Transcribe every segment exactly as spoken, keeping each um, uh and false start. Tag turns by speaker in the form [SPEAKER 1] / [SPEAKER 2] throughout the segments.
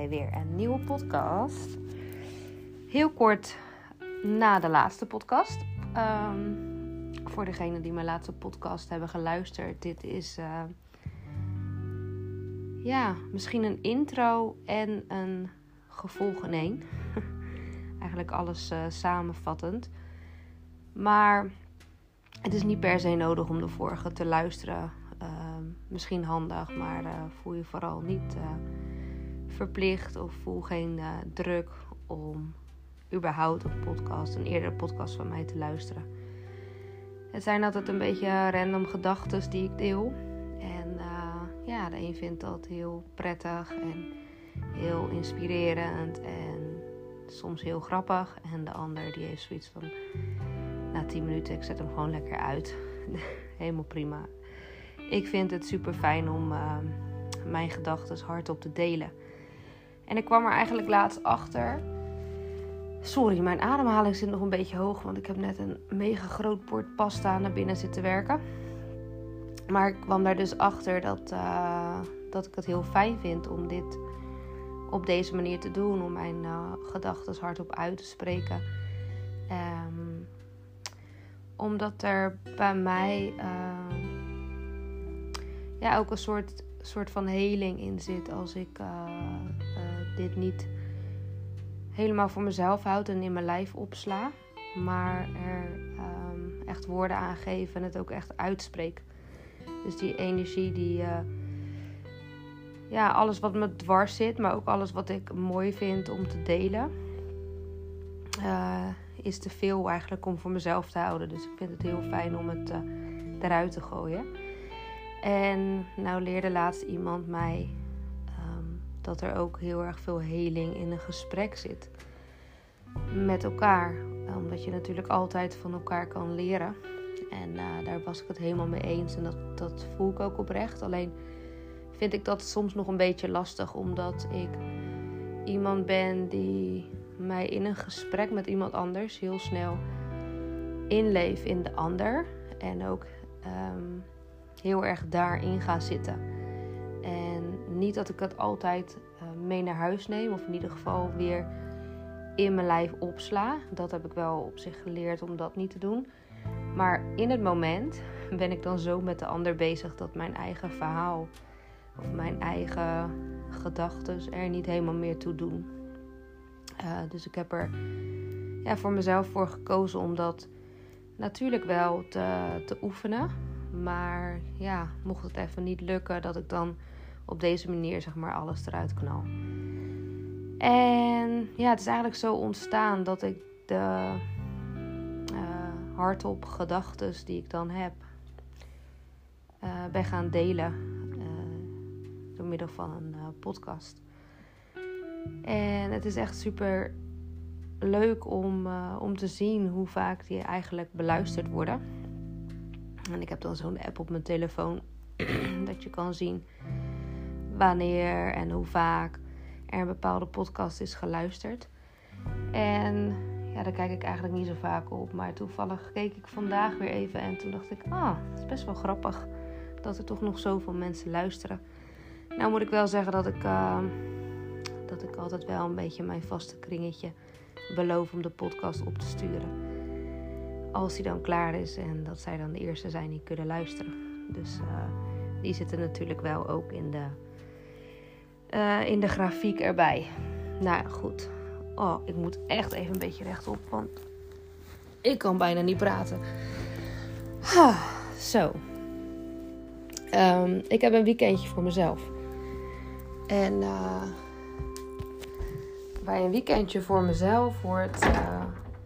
[SPEAKER 1] bij weer een nieuwe podcast. Heel kort na de laatste podcast. Um, voor degenen die mijn laatste podcast hebben geluisterd. Dit is uh, ja, misschien een intro en een gevolg in één. Eigenlijk alles uh, samenvattend. Maar het is niet per se nodig om de vorige te luisteren. Uh, misschien handig, maar uh, voel je vooral niet uh, verplicht of voel geen uh, druk om überhaupt een podcast, een eerdere podcast van mij te luisteren. Het zijn altijd een beetje random gedachten die ik deel. En uh, ja, de een vindt dat heel prettig en heel inspirerend en soms heel grappig. En de ander die heeft zoiets van, na tien minuten, ik zet hem gewoon lekker uit. Helemaal prima. Ik vind het super fijn om uh, mijn gedachten hardop te delen. En ik kwam er eigenlijk laatst achter. Sorry, mijn ademhaling zit nog een beetje hoog, want ik heb net een mega groot bord pasta naar binnen zitten werken. Maar ik kwam daar dus achter dat, uh, dat ik het heel fijn vind om dit op deze manier te doen. Om mijn uh, gedachten hardop uit te spreken. Um, omdat er bij mij uh, ja, ook een soort, soort van heling in zit als ik uh, uh, dit niet helemaal voor mezelf houd en in mijn lijf opsla. Maar er um, echt woorden aan geef en het ook echt uitspreek. Dus die energie die uh, ja, alles wat me dwars zit, maar ook alles wat ik mooi vind om te delen. Uh, is te veel eigenlijk om voor mezelf te houden. Dus ik vind het heel fijn om het uh, eruit te gooien. En nou leerde laatst iemand mij um, dat er ook heel erg veel heling in een gesprek zit. Met elkaar. Omdat je natuurlijk altijd van elkaar kan leren. En uh, daar was ik het helemaal mee eens. En dat, dat voel ik ook oprecht. Alleen vind ik dat soms nog een beetje lastig. Omdat ik iemand ben die mij in een gesprek met iemand anders heel snel inleef in de ander. En ook um, heel erg daarin ga zitten. En niet dat ik het altijd uh, mee naar huis neem. Of in ieder geval weer in mijn lijf opsla. Dat heb ik wel op zich geleerd om dat niet te doen. Maar in het moment ben ik dan zo met de ander bezig dat mijn eigen verhaal of mijn eigen gedachten er niet helemaal meer toe doen. Uh, dus ik heb er ja, voor mezelf voor gekozen om dat natuurlijk wel te, te oefenen. Maar ja, mocht het even niet lukken, dat ik dan op deze manier zeg maar alles eruit knal. En ja, het is eigenlijk zo ontstaan dat ik de uh, hardop gedachten die ik dan heb uh, ben gaan delen uh, door middel van een uh, podcast. En het is echt super leuk om, uh, om te zien hoe vaak die eigenlijk beluisterd worden. En ik heb dan zo'n app op mijn telefoon dat je kan zien wanneer en hoe vaak er een bepaalde podcast is geluisterd. En ja, daar kijk ik eigenlijk niet zo vaak op. Maar toevallig keek ik vandaag weer even en toen dacht ik, ah, het is best wel grappig dat er toch nog zoveel mensen luisteren. Nou moet ik wel zeggen dat ik, uh, dat ik altijd wel een beetje mijn vaste kringetje beloof om de podcast op te sturen. Als die dan klaar is en dat zij dan de eerste zijn die kunnen luisteren. Dus uh, die zitten natuurlijk wel ook in de, uh, in de grafiek erbij. Nou goed. Oh, ik moet echt even een beetje rechtop, want ik kan bijna niet praten. Ah, zo. Um, ik heb een weekendje voor mezelf. En uh, bij een weekendje voor mezelf hoort uh,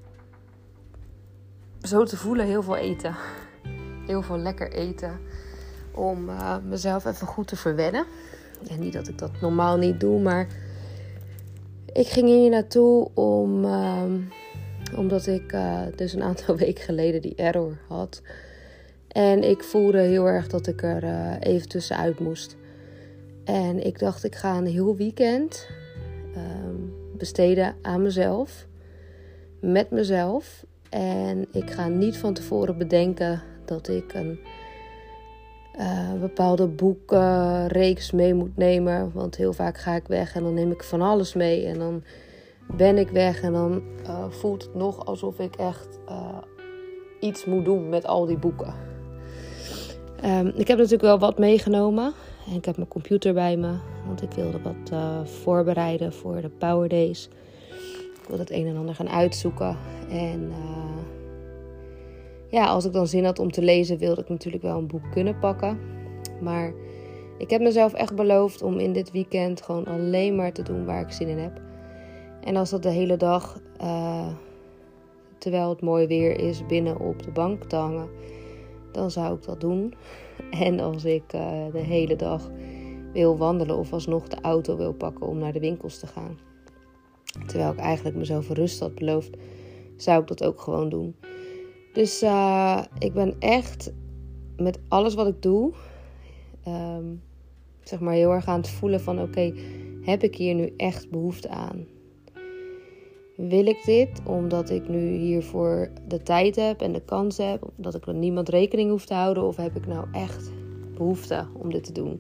[SPEAKER 1] zo te voelen heel veel eten. Heel veel lekker eten. Om uh, mezelf even goed te verwennen. En niet dat ik dat normaal niet doe, maar ik ging hier naartoe om, uh, omdat ik uh, dus een aantal weken geleden die error had. En ik voelde heel erg dat ik er uh, even tussenuit moest. En ik dacht, ik ga een heel weekend uh, besteden aan mezelf. Met mezelf. En ik ga niet van tevoren bedenken dat ik een uh, bepaalde boekenreeks mee moet nemen. Want heel vaak ga ik weg en dan neem ik van alles mee. En dan ben ik weg en dan uh, voelt het nog alsof ik echt uh, iets moet doen met al die boeken. Um, ik heb natuurlijk wel wat meegenomen. En ik heb mijn computer bij me. Want ik wilde wat uh, voorbereiden voor de Power Days. Ik wilde het een en ander gaan uitzoeken. En uh, ja, als ik dan zin had om te lezen, wilde ik natuurlijk wel een boek kunnen pakken. Maar ik heb mezelf echt beloofd om in dit weekend gewoon alleen maar te doen waar ik zin in heb. En als dat de hele dag, uh, terwijl het mooi weer is, binnen op de bank te hangen, dan zou ik dat doen. En als ik uh, de hele dag wil wandelen of alsnog de auto wil pakken om naar de winkels te gaan, terwijl ik eigenlijk mezelf rust had beloofd, zou ik dat ook gewoon doen. Dus uh, ik ben echt met alles wat ik doe, um, zeg maar heel erg aan het voelen van oké, okay, heb ik hier nu echt behoefte aan? Wil ik dit omdat ik nu hiervoor de tijd heb en de kans heb, omdat ik met niemand rekening hoef te houden, of heb ik nou echt behoefte om dit te doen?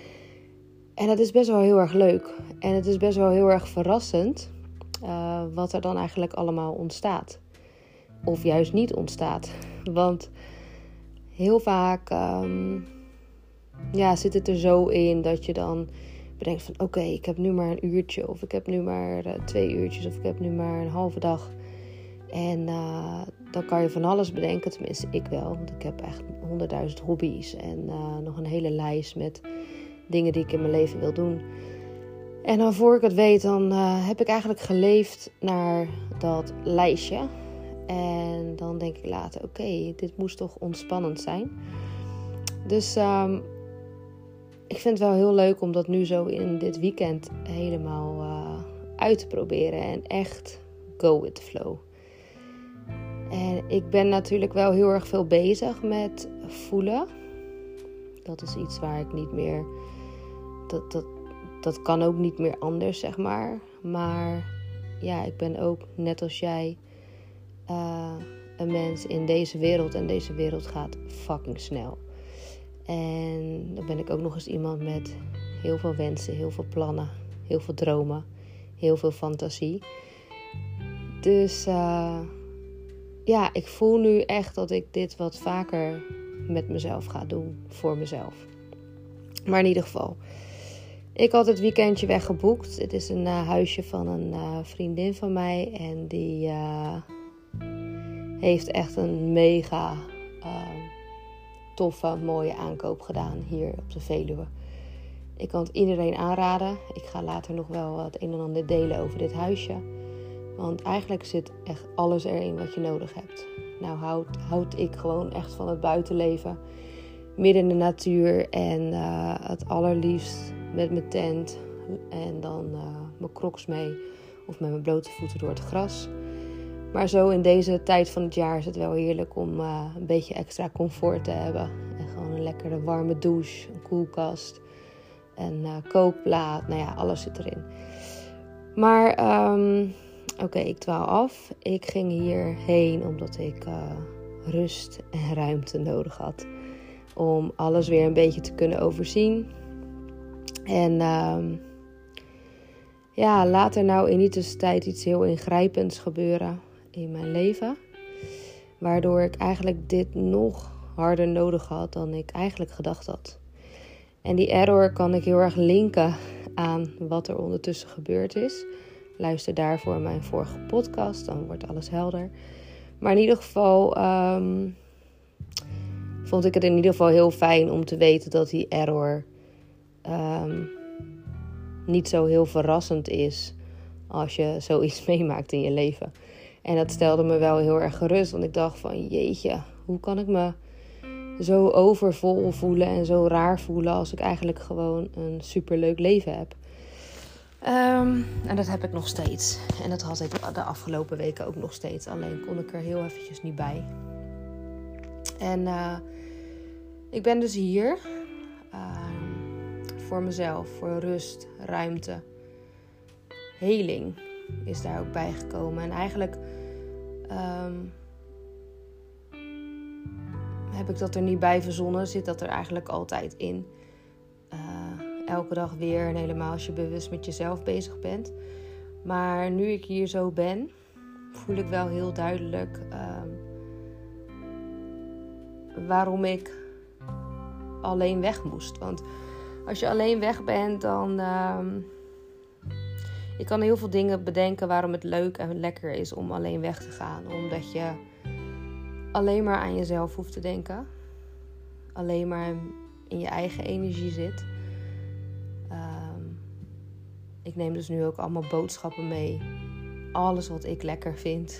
[SPEAKER 1] En dat is best wel heel erg leuk. En het is best wel heel erg verrassend uh, wat er dan eigenlijk allemaal ontstaat. Of juist niet ontstaat. Want heel vaak um, ja, zit het er zo in dat je dan bedenkt van oké, okay, ik heb nu maar een uurtje. Of ik heb nu maar uh, twee uurtjes. Of ik heb nu maar een halve dag. En uh, dan kan je van alles bedenken. Tenminste, ik wel. Want ik heb echt honderdduizend hobby's. En uh, nog een hele lijst met dingen die ik in mijn leven wil doen. En dan voor ik het weet, dan uh, heb ik eigenlijk geleefd naar dat lijstje. En dan denk ik later, oké, okay, dit moest toch ontspannend zijn. Dus um, ik vind het wel heel leuk om dat nu zo in dit weekend helemaal uh, uit te proberen. En echt go with the flow. En ik ben natuurlijk wel heel erg veel bezig met voelen. Dat is iets waar ik niet meer... Dat, dat, dat kan ook niet meer anders, zeg maar. Maar ja, ik ben ook, net als jij, uh, een mens in deze wereld. En deze wereld gaat fucking snel. En dan ben ik ook nog eens iemand met heel veel wensen, heel veel plannen, heel veel dromen, heel veel fantasie. Dus uh, ja, ik voel nu echt dat ik dit wat vaker met mezelf ga doen, voor mezelf. Maar in ieder geval, ik had het weekendje weggeboekt. Het is een uh, huisje van een uh, vriendin van mij. En die uh, heeft echt een mega uh, toffe, mooie aankoop gedaan hier op de Veluwe. Ik kan het iedereen aanraden. Ik ga later nog wel het een en ander delen over dit huisje. Want eigenlijk zit echt alles erin wat je nodig hebt. Nou houd, houd ik gewoon echt van het buitenleven. Midden in de natuur en uh, het allerliefst met mijn tent en dan uh, mijn crocs mee of met mijn blote voeten door het gras. Maar zo in deze tijd van het jaar is het wel heerlijk om uh, een beetje extra comfort te hebben. En gewoon een lekkere warme douche, een koelkast, een uh, kookplaat, nou ja, alles zit erin. Maar um, oké, okay, ik dwaal af. Ik ging hierheen omdat ik uh, rust en ruimte nodig had. Om alles weer een beetje te kunnen overzien. En um, ja, laat er nou in die tussentijd iets heel ingrijpends gebeuren in mijn leven. Waardoor ik eigenlijk dit nog harder nodig had dan ik eigenlijk gedacht had. En die error kan ik heel erg linken aan wat er ondertussen gebeurd is. Luister daarvoor mijn vorige podcast, dan wordt alles helder. Maar in ieder geval um, vond ik het in ieder geval heel fijn om te weten dat die error um, niet zo heel verrassend is als je zoiets meemaakt in je leven. En dat stelde me wel heel erg gerust, want ik dacht van jeetje, hoe kan ik me zo overvol voelen en zo raar voelen als ik eigenlijk gewoon een superleuk leven heb. Um, en dat heb ik nog steeds. En dat had ik de afgelopen weken ook nog steeds. Alleen kon ik er heel eventjes niet bij. En uh, ik ben dus hier. Uh, voor mezelf. Voor rust, ruimte. Heling is daar ook bij gekomen. En eigenlijk... Um, heb ik dat er niet bij verzonnen. Zit dat er eigenlijk altijd in. Uh, elke dag weer. En helemaal als je bewust met jezelf bezig bent. Maar nu ik hier zo ben, voel ik wel heel duidelijk uh, waarom ik alleen weg moest. Want als je alleen weg bent, dan... Uh, je kan heel veel dingen bedenken waarom het leuk en lekker is om alleen weg te gaan. Omdat je alleen maar aan jezelf hoeft te denken. Alleen maar in je eigen energie zit. Um, ik neem dus nu ook allemaal boodschappen mee. Alles wat ik lekker vind.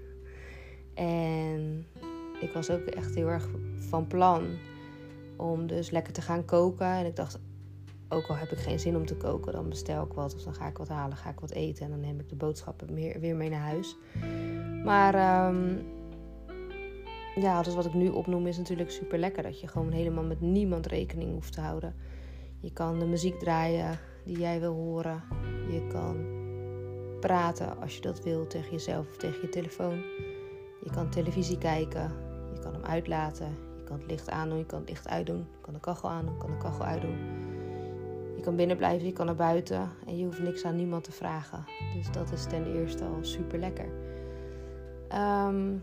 [SPEAKER 1] En ik was ook echt heel erg van plan om dus lekker te gaan koken. En ik dacht, ook al heb ik geen zin om te koken, dan bestel ik wat. Of dan ga ik wat halen, ga ik wat eten. En dan neem ik de boodschappen weer mee naar huis. Maar um, ja, dus wat ik nu opnoem is natuurlijk super lekker. Dat je gewoon helemaal met niemand rekening hoeft te houden. Je kan de muziek draaien die jij wil horen. Je kan praten als je dat wil tegen jezelf of tegen je telefoon. Je kan televisie kijken. Je kan hem uitlaten. Je kan het licht aandoen, je kan het licht uitdoen. Je kan de kachel aandoen, je kan de kachel uitdoen. Je kan binnen blijven, je kan naar buiten. En je hoeft niks aan niemand te vragen. Dus dat is ten eerste al super lekker. Um,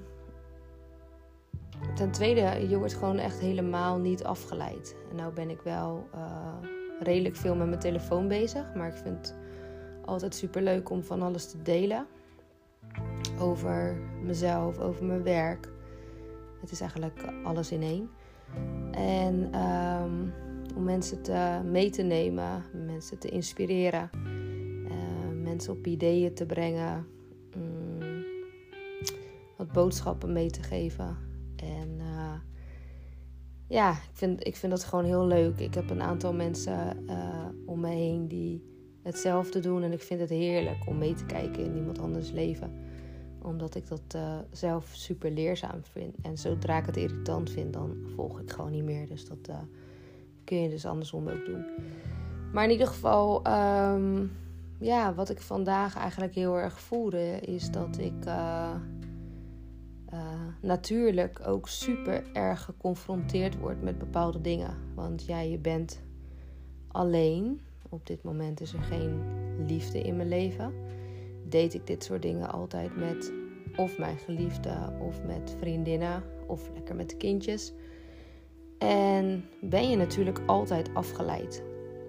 [SPEAKER 1] ten tweede, je wordt gewoon echt helemaal niet afgeleid. En nou ben ik wel uh, redelijk veel met mijn telefoon bezig. Maar ik vind het altijd super leuk om van alles te delen. Over mezelf, over mijn werk. Het is eigenlijk alles in één. En um, om mensen te, mee te nemen, mensen te inspireren, uh, mensen op ideeën te brengen, um, wat boodschappen mee te geven. En uh, ja, ik vind, ik vind dat gewoon heel leuk. Ik heb een aantal mensen uh, om me heen die hetzelfde doen. En ik vind het heerlijk om mee te kijken in iemand anders leven. Omdat ik dat uh, zelf super leerzaam vind. En zodra ik het irritant vind, dan volg ik gewoon niet meer. Dus dat uh, kun je dus andersom ook doen. Maar in ieder geval, um, ja, wat ik vandaag eigenlijk heel erg voelde, is dat ik uh, uh, natuurlijk ook super erg geconfronteerd word met bepaalde dingen. Want ja, je bent alleen. Op dit moment is er geen liefde in mijn leven. Deed ik dit soort dingen altijd met of mijn geliefde of met vriendinnen of lekker met de kindjes. En ben je natuurlijk altijd afgeleid.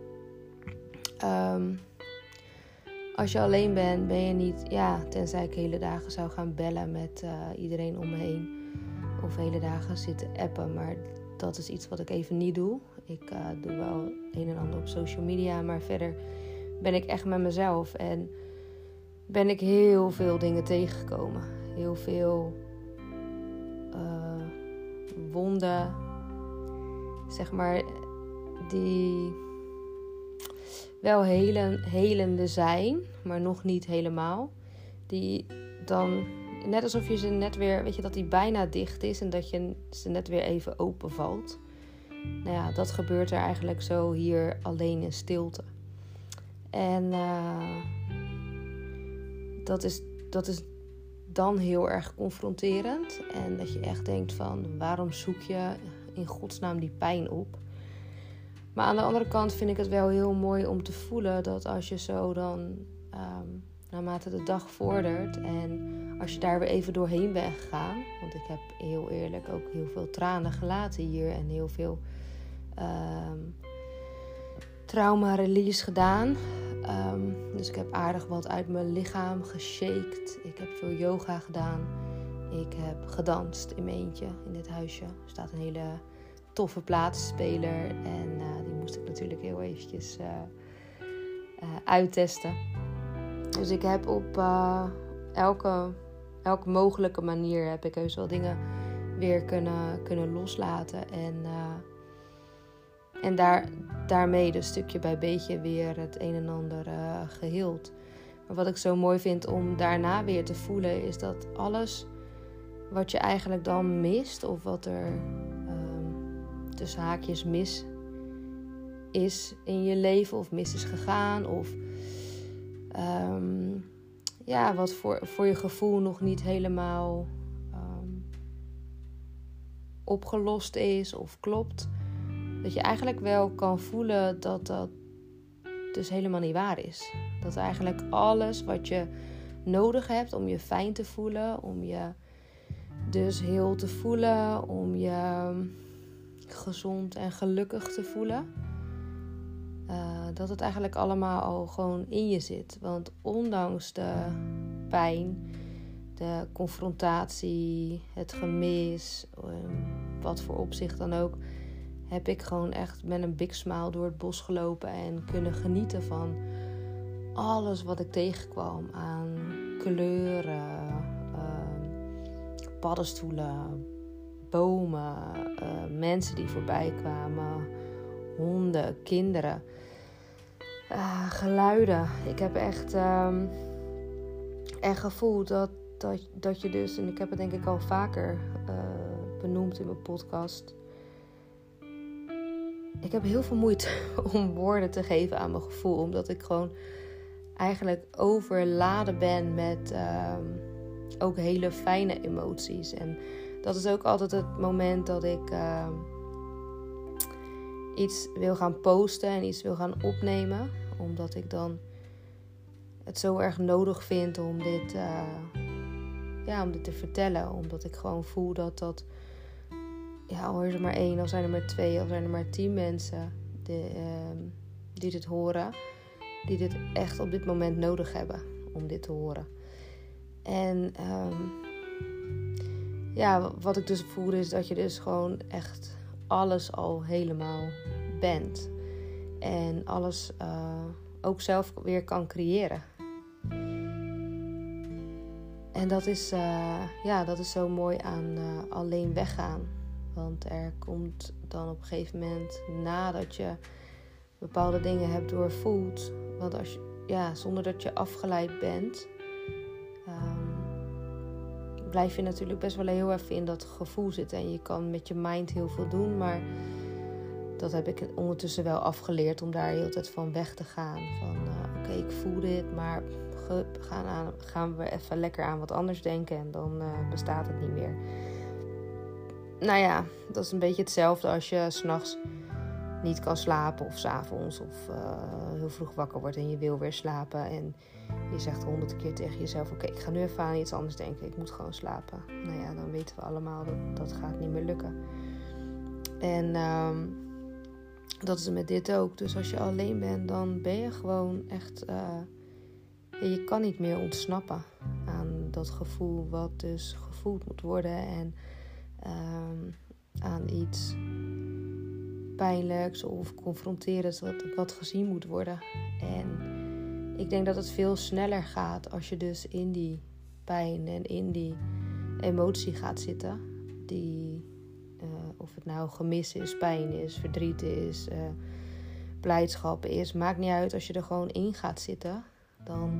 [SPEAKER 1] Um, als je alleen bent, ben je niet, ja, tenzij ik hele dagen zou gaan bellen met uh, iedereen om me heen. Of hele dagen zitten appen, maar dat is iets wat ik even niet doe. Ik uh, doe wel een en ander op social media, maar verder ben ik echt met mezelf. En ben ik heel veel dingen tegengekomen. Heel veel uh, wonden, zeg maar, die wel helen, helende zijn, maar nog niet helemaal. Die dan, net alsof je ze net weer, weet je, dat die bijna dicht is en dat je ze net weer even open valt. Nou ja, dat gebeurt er eigenlijk zo hier alleen in stilte. En uh, dat is, dat is dan heel erg confronterend. En dat je echt denkt van, waarom zoek je in godsnaam die pijn op? Maar aan de andere kant vind ik het wel heel mooi om te voelen dat als je zo dan, um, naarmate de dag vordert en als je daar weer even doorheen bent gegaan. Want ik heb heel eerlijk ook heel veel tranen gelaten hier en heel veel um, trauma-release gedaan. Um, dus ik heb aardig wat uit mijn lichaam geshaked. Ik heb veel yoga gedaan. Ik heb gedanst in mijn eentje in dit huisje. Er staat een hele toffe plaatspeler. En uh, die moest ik natuurlijk heel eventjes uh, uh, uittesten. Dus ik heb op uh, elke, elke mogelijke manier heb ik heus wel dingen weer kunnen, kunnen loslaten. En, uh, en daar, daarmee dus stukje bij beetje weer het een en ander uh, geheeld. Maar wat ik zo mooi vind om daarna weer te voelen is dat alles wat je eigenlijk dan mist, of wat er um, tussen haakjes mis is in je leven, of mis is gegaan, of um, ja, wat voor, voor je gevoel nog niet helemaal um, opgelost is of klopt, dat je eigenlijk wel kan voelen dat dat dus helemaal niet waar is. Dat eigenlijk alles wat je nodig hebt om je fijn te voelen, om je dus heel te voelen, om je gezond en gelukkig te voelen, uh, dat het eigenlijk allemaal al gewoon in je zit. Want ondanks de pijn, de confrontatie, het gemis, um, wat voor opzicht dan ook, heb ik gewoon echt met een big smile door het bos gelopen en kunnen genieten van alles wat ik tegenkwam aan kleuren, uh, paddenstoelen, bomen, uh, mensen die voorbij kwamen, honden, kinderen, uh, geluiden. Ik heb echt, um, echt gevoeld dat, dat, dat je dus, en ik heb het denk ik al vaker uh, benoemd in mijn podcast, ik heb heel veel moeite om woorden te geven aan mijn gevoel. Omdat ik gewoon eigenlijk overladen ben met uh, ook hele fijne emoties. En dat is ook altijd het moment dat ik uh, iets wil gaan posten en iets wil gaan opnemen. Omdat ik dan het zo erg nodig vind om dit, uh, ja, om dit te vertellen. Omdat ik gewoon voel dat dat... Ja, al is er maar één, al zijn er maar twee, al zijn er maar tien mensen die, uh, die dit horen. Die dit echt op dit moment nodig hebben om dit te horen. En um, ja, wat ik dus voelde is dat je dus gewoon echt alles al helemaal bent. En alles uh, ook zelf weer kan creëren. En dat is, uh, ja, dat is zo mooi aan uh, alleen weggaan. Want er komt dan op een gegeven moment, nadat je bepaalde dingen hebt doorvoeld, want als je, ja, zonder dat je afgeleid bent, um, blijf je natuurlijk best wel heel even in dat gevoel zitten. En je kan met je mind heel veel doen, maar dat heb ik ondertussen wel afgeleerd om daar heel de tijd van weg te gaan. Van uh, oké, okay, ik voel dit, maar we gaan, aan, gaan we even lekker aan wat anders denken en dan uh, bestaat het niet meer. Nou ja, dat is een beetje hetzelfde als je 's nachts niet kan slapen of 's avonds of uh, heel vroeg wakker wordt en je wil weer slapen. En je zegt honderd keer tegen jezelf, oké, okay, ik ga nu even aan iets anders denken. Ik moet gewoon slapen. Nou ja, dan weten we allemaal dat dat gaat niet meer lukken. En um, dat is met dit ook. Dus als je alleen bent, dan ben je gewoon echt... Uh, ja, je kan niet meer ontsnappen aan dat gevoel wat dus gevoeld moet worden. En um, aan iets pijnlijks of confronterends wat, wat gezien moet worden. En ik denk dat het veel sneller gaat als je dus in die pijn en in die emotie gaat zitten. Die, uh, of het nou gemis is, pijn is, verdriet is, uh, blijdschap is. Maakt niet uit, als je er gewoon in gaat zitten, dan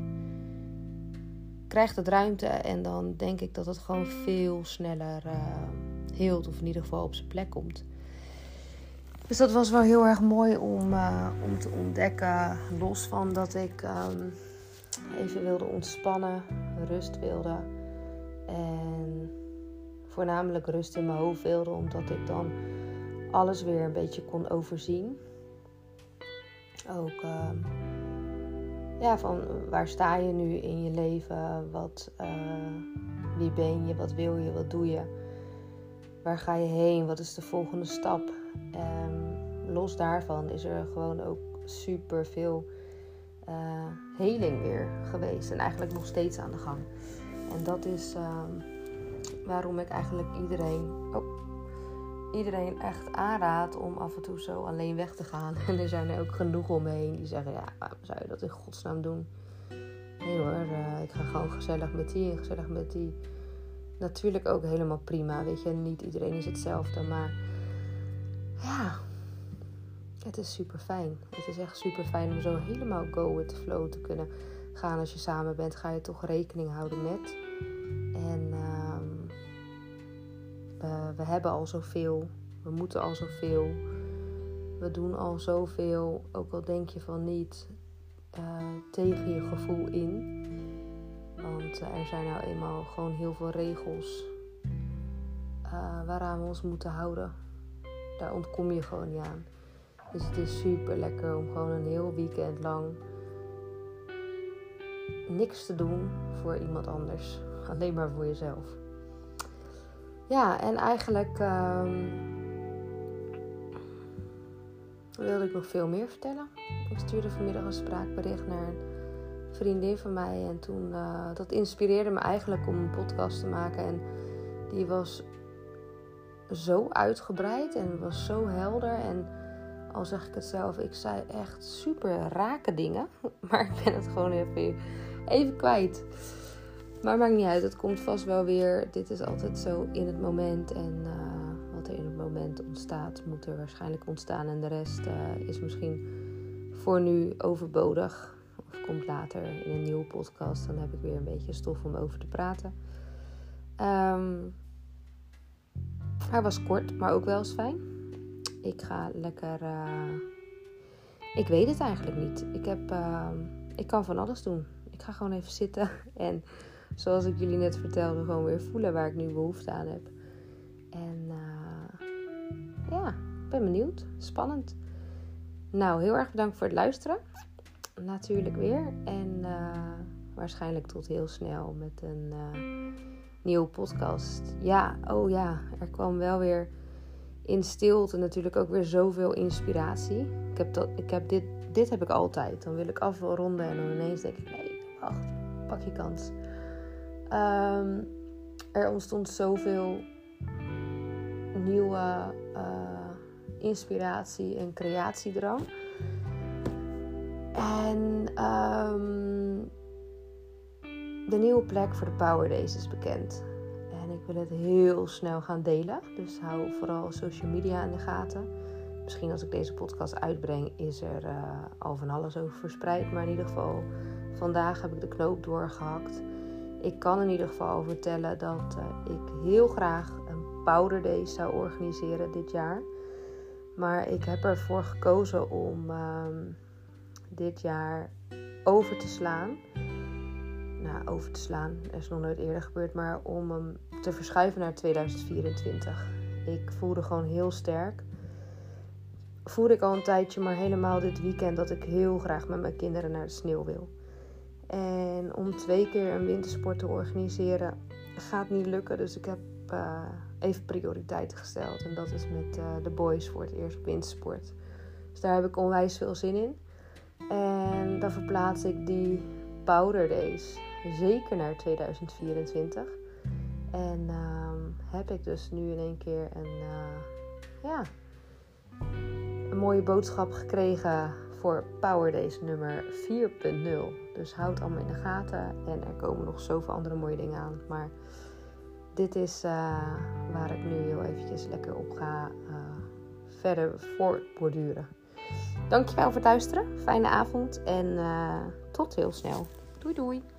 [SPEAKER 1] krijgt het ruimte. En dan denk ik dat het gewoon veel sneller uh, heelt. Of in ieder geval op zijn plek komt. Dus dat was wel heel erg mooi om, uh, om te ontdekken. Los van dat ik um, even wilde ontspannen, rust wilde. En voornamelijk rust in mijn hoofd wilde. Omdat ik dan alles weer een beetje kon overzien. Ook uh, ja, van waar sta je nu in je leven? Wat, uh, wie ben je? Wat wil je? Wat doe je? Waar ga je heen? Wat is de volgende stap? Um, los daarvan is er gewoon ook super veel uh, heling weer geweest. En eigenlijk nog steeds aan de gang. En dat is um, waarom ik eigenlijk iedereen, oh, iedereen echt aanraad om af en toe zo alleen weg te gaan. En er zijn er ook genoeg omheen die zeggen, ja, waarom zou je dat in godsnaam doen? Nee hoor, uh, ik ga gewoon gezellig met die en gezellig met die. Natuurlijk ook helemaal prima, weet je, niet iedereen is hetzelfde, maar ja, het is super fijn. Het is echt super fijn om zo helemaal go with the flow te kunnen gaan. Als je samen bent, ga je toch rekening houden met. En uh, we, we hebben al zoveel, we moeten al zoveel, we doen al zoveel, ook al denk je van niet, uh, tegen je gevoel in. Want er zijn nou eenmaal gewoon heel veel regels uh, uh, waaraan we ons moeten houden. Daar ontkom je gewoon niet aan. Dus het is super lekker om gewoon een heel weekend lang niks te doen voor iemand anders. Alleen maar voor jezelf. Ja, en eigenlijk um, wilde ik nog veel meer vertellen. Ik stuurde vanmiddag een spraakbericht naar een vriendin van mij. En toen, uh, dat inspireerde me eigenlijk om een podcast te maken. En die was zo uitgebreid en was zo helder. En al zeg ik het zelf, ik zei echt super rake dingen. Maar ik ben het gewoon even, even kwijt. Maar maakt niet uit, het komt vast wel weer. Dit is altijd zo in het moment. En uh, wat er in het moment ontstaat, moet er waarschijnlijk ontstaan. En de rest uh, is misschien voor nu overbodig. Of komt later in een nieuwe podcast. Dan heb ik weer een beetje stof om over te praten. Um, hij was kort, maar ook wel eens fijn. Ik ga lekker... Uh, ik weet het eigenlijk niet. Ik, heb, uh, ik kan van alles doen. Ik ga gewoon even zitten en... Zoals ik jullie net vertelde, gewoon weer voelen waar ik nu behoefte aan heb. En uh, ja, ik ben benieuwd. Spannend. Nou, heel erg bedankt voor het luisteren. Natuurlijk weer. En uh, waarschijnlijk tot heel snel met een uh, nieuwe podcast. Ja, oh ja, er kwam wel weer in stilte natuurlijk ook weer zoveel inspiratie. Ik heb, dat, ik heb dit, dit heb ik altijd. Dan wil ik afronden en dan ineens denk ik, nee, wacht, pak je kans. Um, er ontstond zoveel nieuwe uh, inspiratie en creatiedrang. En um, de nieuwe plek voor de Power Days is bekend. En ik wil het heel snel gaan delen. Dus hou vooral social media in de gaten. Misschien als ik deze podcast uitbreng is er uh, al van alles over verspreid. Maar in ieder geval, vandaag heb ik de knoop doorgehakt. Ik kan in ieder geval vertellen dat uh, ik heel graag een Powder Day zou organiseren dit jaar. Maar ik heb ervoor gekozen om uh, dit jaar over te slaan. Nou, over te slaan, er is nog nooit eerder gebeurd. Maar om hem te verschuiven naar tweeduizend vierentwintig. Ik voelde gewoon heel sterk. Voelde ik al een tijdje, maar helemaal dit weekend dat ik heel graag met mijn kinderen naar de sneeuw wil. En om twee keer een wintersport te organiseren gaat niet lukken. Dus ik heb uh, even prioriteiten gesteld. En dat is met uh, de boys voor het eerst op wintersport. Dus daar heb ik onwijs veel zin in. En dan verplaats ik die Powder Days zeker naar tweeduizend vierentwintig. En uh, heb ik dus nu in één keer een, uh, ja, een mooie boodschap gekregen voor Power Days nummer vier punt nul. Dus houd allemaal in de gaten. En er komen nog zoveel andere mooie dingen aan. Maar dit is uh, waar ik nu heel eventjes lekker op ga uh, verder voortborduren. Dankjewel voor het luisteren. Fijne avond. En uh, tot heel snel. Doei doei.